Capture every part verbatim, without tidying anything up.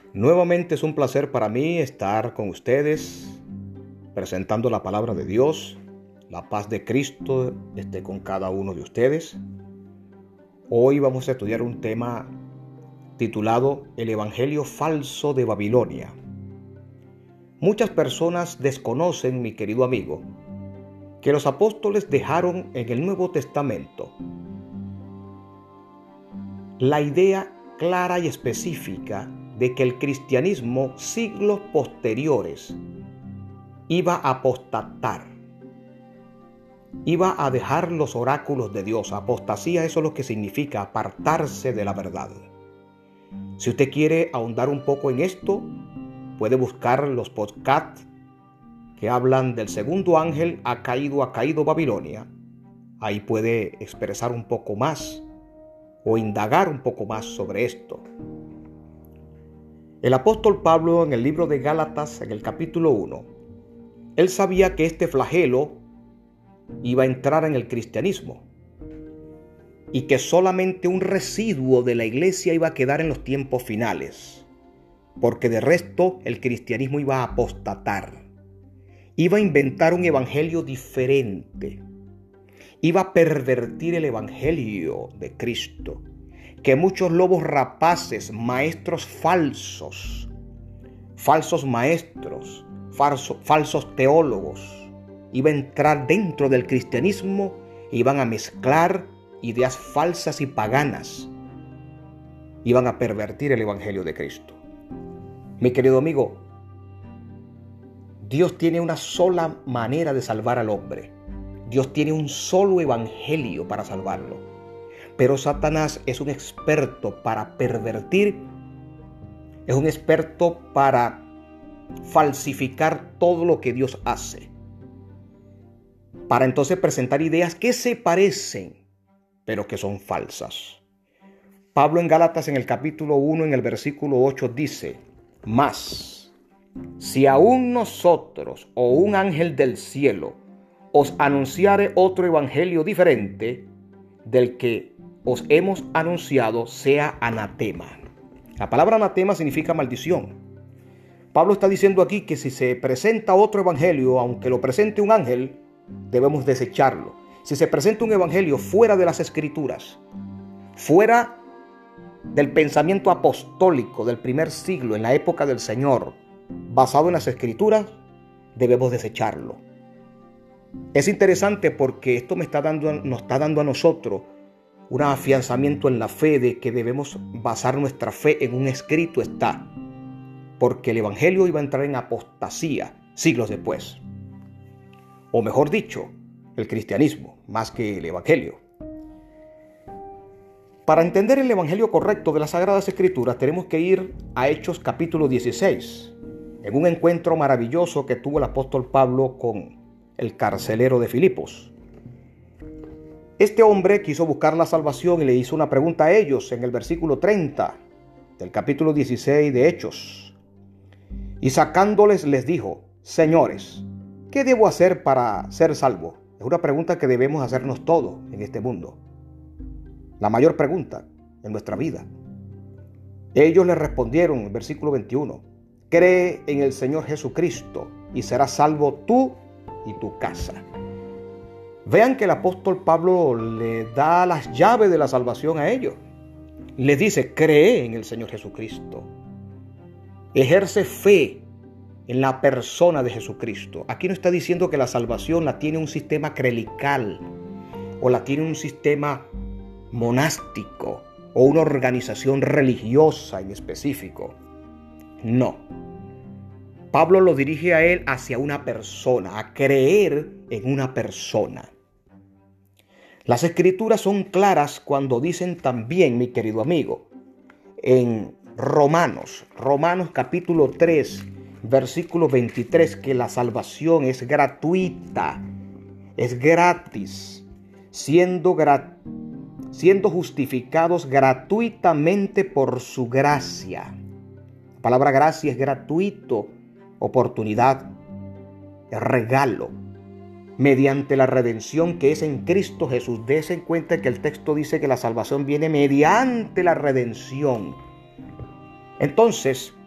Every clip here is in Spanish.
Nuevamente es un placer para mí estar con ustedes, presentando la palabra de Dios. La paz de Cristo esté con cada uno de ustedes. Hoy vamos a estudiar un tema titulado El Evangelio Falso de Babilonia. Muchas personas desconocen, mi querido amigo, que los apóstoles dejaron en el Nuevo Testamento la idea clara y específica de que el cristianismo siglos posteriores iba a apostatar, iba a dejar los oráculos de Dios. Apostasía, eso es lo que significa apartarse de la verdad. Si usted quiere ahondar un poco en esto, puede buscar los podcasts que hablan del segundo ángel ha caído, ha caído Babilonia. Ahí puede expresar un poco más o indagar un poco más sobre esto. El apóstol Pablo, en el libro de Gálatas, en el capítulo uno, él sabía que este flagelo iba a entrar en el cristianismo y que solamente un residuo de la iglesia iba a quedar en los tiempos finales, porque de resto el cristianismo iba a apostatar, iba a inventar un evangelio diferente, iba a pervertir el evangelio de Cristo, que muchos lobos rapaces, maestros falsos, falsos maestros, falso, falsos teólogos, iban a entrar dentro del cristianismo e iban a mezclar ideas falsas y paganas, iban a pervertir el evangelio de Cristo. Mi querido amigo, Dios tiene una sola manera de salvar al hombre. Dios tiene un solo evangelio para salvarlo. Pero Satanás es un experto para pervertir, es un experto para falsificar todo lo que Dios hace, para entonces presentar ideas que se parecen, pero que son falsas. Pablo en Gálatas, en el capítulo uno, en el versículo ocho, dice: Mas, si aún nosotros o un ángel del cielo os anunciare otro evangelio diferente del que os hemos anunciado, sea anatema. La palabra anatema significa maldición. Pablo está diciendo aquí que si se presenta otro evangelio, aunque lo presente un ángel, debemos desecharlo. Si se presenta un evangelio fuera de las escrituras, fuera del pensamiento apostólico del primer siglo, en la época del Señor, basado en las escrituras, debemos desecharlo. Es interesante porque esto me está dando, nos está dando a nosotros un afianzamiento en la fe de que debemos basar nuestra fe en un escrito está, porque el evangelio iba a entrar en apostasía siglos después. O mejor dicho, el cristianismo, más que el evangelio. Para entender el evangelio correcto de las Sagradas Escrituras, tenemos que ir a Hechos capítulo dieciséis, en un encuentro maravilloso que tuvo el apóstol Pablo con el carcelero de Filipos. Este hombre quiso buscar la salvación y le hizo una pregunta a ellos en el versículo treinta del capítulo dieciséis de Hechos. Y sacándoles les dijo: Señores, ¿qué debo hacer para ser salvo? Es una pregunta que debemos hacernos todos en este mundo. La mayor pregunta en nuestra vida. Ellos le respondieron en el versículo veintiuno: Cree en el Señor Jesucristo y serás salvo tú y tu casa. Vean que el apóstol Pablo le da las llaves de la salvación a ellos. Les dice: cree en el Señor Jesucristo. Ejerce fe en la persona de Jesucristo. Aquí no está diciendo que la salvación la tiene un sistema clerical o la tiene un sistema monástico o una organización religiosa en específico. No. Pablo lo dirige a él hacia una persona, a creer en una persona. Las escrituras son claras cuando dicen también, mi querido amigo, en Romanos, Romanos capítulo tres, versículo veintitrés, que la salvación es gratuita, es gratis, siendo, gra- siendo justificados gratuitamente por su gracia. La palabra gracia es gratuito, oportunidad, regalo, mediante la redención que es en Cristo Jesús. Dese en cuenta que el texto dice que la salvación viene mediante la redención. Entonces,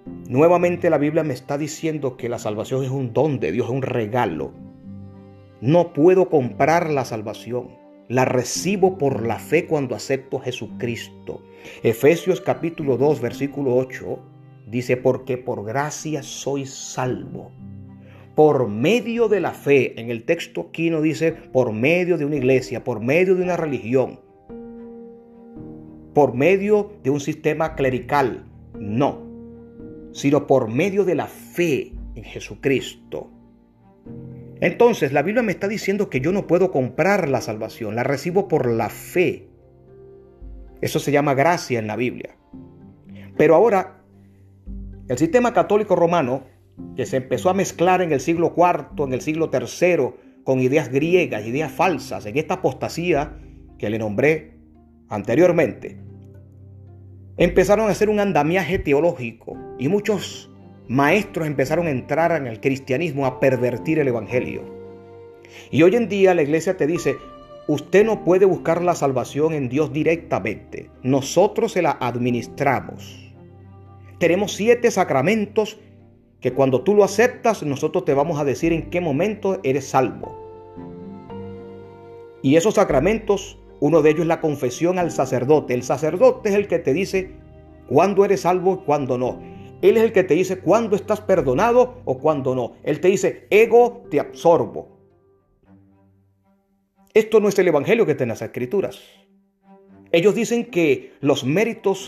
Nuevamente la Biblia me está diciendo que la salvación es un don de Dios, es un regalo. No puedo comprar la salvación. La recibo por la fe cuando acepto a Jesucristo. Efesios capítulo dos, versículo ocho dice, porque por gracia sois salvo. Por medio de la fe. En el texto aquí no dice por medio de una iglesia, por medio de una religión, por medio de un sistema clerical. No, sino por medio de la fe en Jesucristo. Entonces la Biblia me está diciendo que yo no puedo comprar la salvación, la recibo por la fe. Eso se llama gracia en la Biblia. Pero ahora, el sistema católico romano, que se empezó a mezclar en el siglo cuarto, en el siglo tercero, con ideas griegas, ideas falsas, en esta apostasía que le nombré anteriormente, empezaron a hacer un andamiaje teológico y muchos maestros empezaron a entrar en el cristianismo a pervertir el evangelio. Y hoy en día la iglesia te dice, usted no puede buscar la salvación en Dios directamente. Nosotros se la administramos. Tenemos siete sacramentos que cuando tú lo aceptas, nosotros te vamos a decir en qué momento eres salvo. Y esos sacramentos, uno de ellos es la confesión al sacerdote. El sacerdote es el que te dice cuándo eres salvo y cuándo no. Él es el que te dice cuándo estás perdonado o cuándo no. Él te dice, ego, te absorbo. Esto no es el evangelio que está en las escrituras. Ellos dicen que los méritos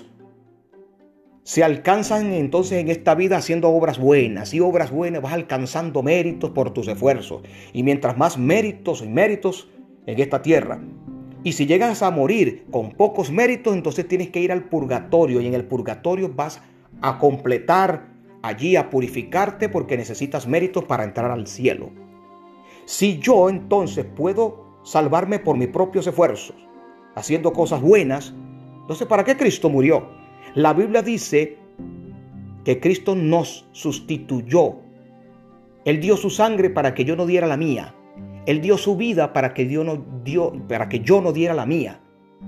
se alcanzan entonces en esta vida haciendo obras buenas. Y obras buenas vas alcanzando méritos por tus esfuerzos. Y mientras más méritos y méritos en esta tierra. Y si llegas a morir con pocos méritos, entonces tienes que ir al purgatorio. Y en el purgatorio vas a completar allí, a purificarte, porque necesitas méritos para entrar al cielo. Si yo entonces puedo salvarme por mis propios esfuerzos, haciendo cosas buenas, entonces ¿para qué Cristo murió? La Biblia dice que Cristo nos sustituyó. Él dio su sangre para que yo no diera la mía. Él dio su vida para que, Dios no dio, para que yo no diera la mía.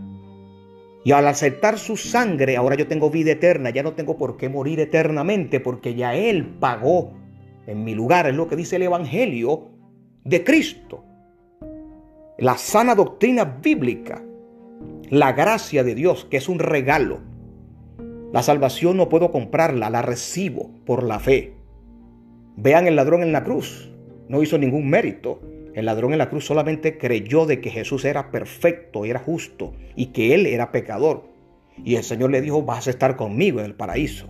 Y al aceptar su sangre, ahora yo tengo vida eterna. Ya no tengo por qué morir eternamente, porque ya Él pagó en mi lugar. Es lo que dice el Evangelio de Cristo. La sana doctrina bíblica. La gracia de Dios, que es un regalo. La salvación no puedo comprarla, la recibo por la fe. Vean el ladrón en la cruz. No hizo ningún mérito. El ladrón en la cruz solamente creyó de que Jesús era perfecto, era justo y que él era pecador. Y el Señor le dijo, vas a estar conmigo en el paraíso.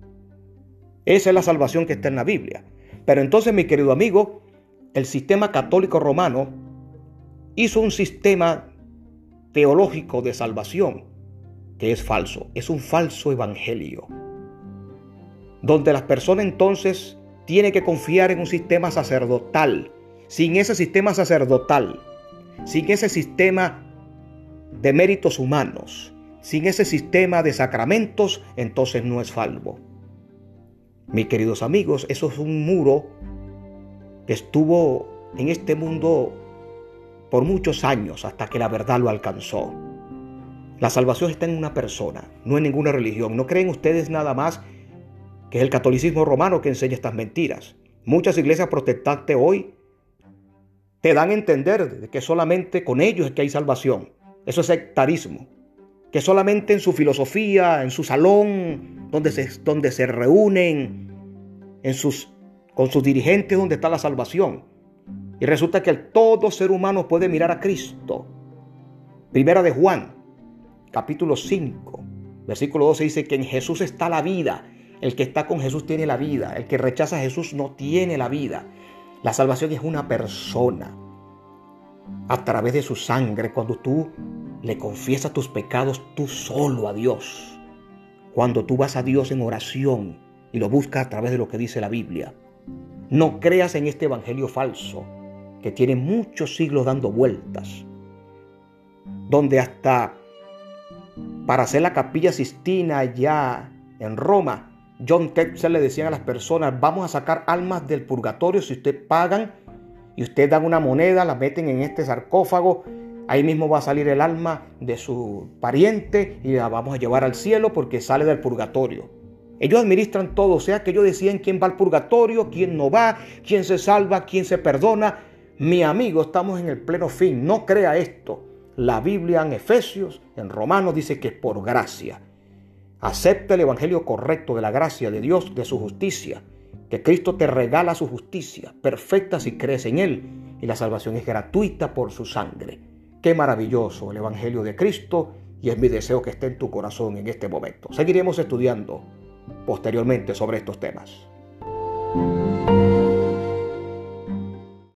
Esa es la salvación que está en la Biblia. Pero entonces, mi querido amigo, el sistema católico romano hizo un sistema teológico de salvación que es falso. Es un falso evangelio. Donde las personas entonces tienen que confiar en un sistema sacerdotal. Sin ese sistema sacerdotal, sin ese sistema de méritos humanos, sin ese sistema de sacramentos, entonces no es salvo. Mis queridos amigos, eso es un muro que estuvo en este mundo por muchos años hasta que la verdad lo alcanzó. La salvación está en una persona, no en ninguna religión. ¿No creen ustedes nada más que es el catolicismo romano que enseña estas mentiras? Muchas iglesias protestantes hoy te dan a entender que solamente con ellos es que hay salvación. Eso es sectarismo. Que solamente en su filosofía, en su salón, donde se, donde se reúnen, en sus, con sus dirigentes, donde está la salvación. Y resulta que todo ser humano puede mirar a Cristo. Primera de Juan, capítulo cinco, versículo doce dice que en Jesús está la vida. El que está con Jesús tiene la vida. El que rechaza a Jesús no tiene la vida. La salvación es una persona. A través de su sangre, cuando tú le confiesas tus pecados, tú solo a Dios. Cuando tú vas a Dios en oración y lo buscas a través de lo que dice la Biblia. No creas en este evangelio falso que tiene muchos siglos dando vueltas. Donde hasta para hacer la Capilla Sistina allá en Roma, John Tetzel le decían a las personas, vamos a sacar almas del purgatorio si ustedes pagan y ustedes dan una moneda, la meten en este sarcófago, ahí mismo va a salir el alma de su pariente y la vamos a llevar al cielo porque sale del purgatorio. Ellos administran todo, o sea que ellos deciden quién va al purgatorio, quién no va, quién se salva, quién se perdona. Mi amigo, estamos en el pleno fin, no crea esto. La Biblia en Efesios, en Romanos dice que es por gracia. Acepta el evangelio correcto de la gracia de Dios, de su justicia, que Cristo te regala su justicia, perfecta si crees en Él, y la salvación es gratuita por su sangre. Qué maravilloso el evangelio de Cristo, y es mi deseo que esté en tu corazón en este momento. Seguiremos estudiando posteriormente sobre estos temas.